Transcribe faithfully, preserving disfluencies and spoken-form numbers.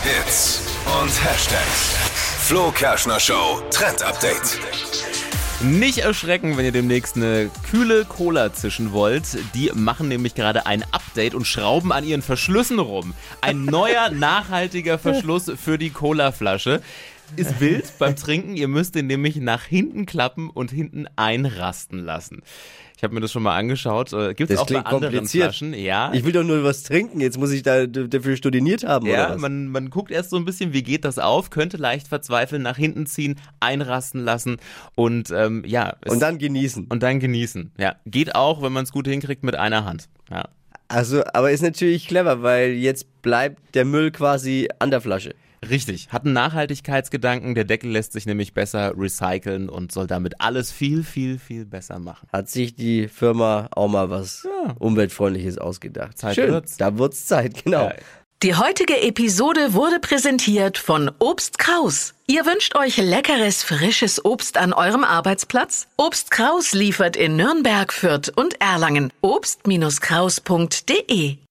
Hits und Hashtags. Flo Kerschner Show Trend Update. Nicht erschrecken, wenn ihr demnächst eine kühle Cola zischen wollt. Die machen nämlich gerade ein Update und schrauben an ihren Verschlüssen rum. Ein neuer, nachhaltiger Verschluss für die Colaflasche. Ist wild beim Trinken. Ihr müsst den nämlich nach hinten klappen und hinten einrasten lassen. Ich habe mir das schon mal angeschaut. Gibt es auch bei anderen Flaschen? Ja. Ich will doch nur was trinken. Jetzt muss ich da dafür studiert haben, ja, oder was? Man, man guckt erst so ein bisschen, wie geht das auf, könnte leicht verzweifeln, nach hinten ziehen, einrasten lassen und ähm, ja. Und dann genießen. Und dann genießen, ja. Geht auch, wenn man es gut hinkriegt, mit einer Hand, ja. Also, aber ist natürlich clever, weil jetzt bleibt der Müll quasi an der Flasche. Richtig, hat einen Nachhaltigkeitsgedanken, der Deckel lässt sich nämlich besser recyceln und soll damit alles viel, viel, viel besser machen. Hat sich die Firma auch mal was ja. Umweltfreundliches ausgedacht. Zeit Schön, wird's. Da wird's Zeit, genau. Ja. Die heutige Episode wurde präsentiert von Obst Kraus. Ihr wünscht euch leckeres, frisches Obst an eurem Arbeitsplatz? Obst Kraus liefert in Nürnberg, Fürth und Erlangen. obst Kraus punkt de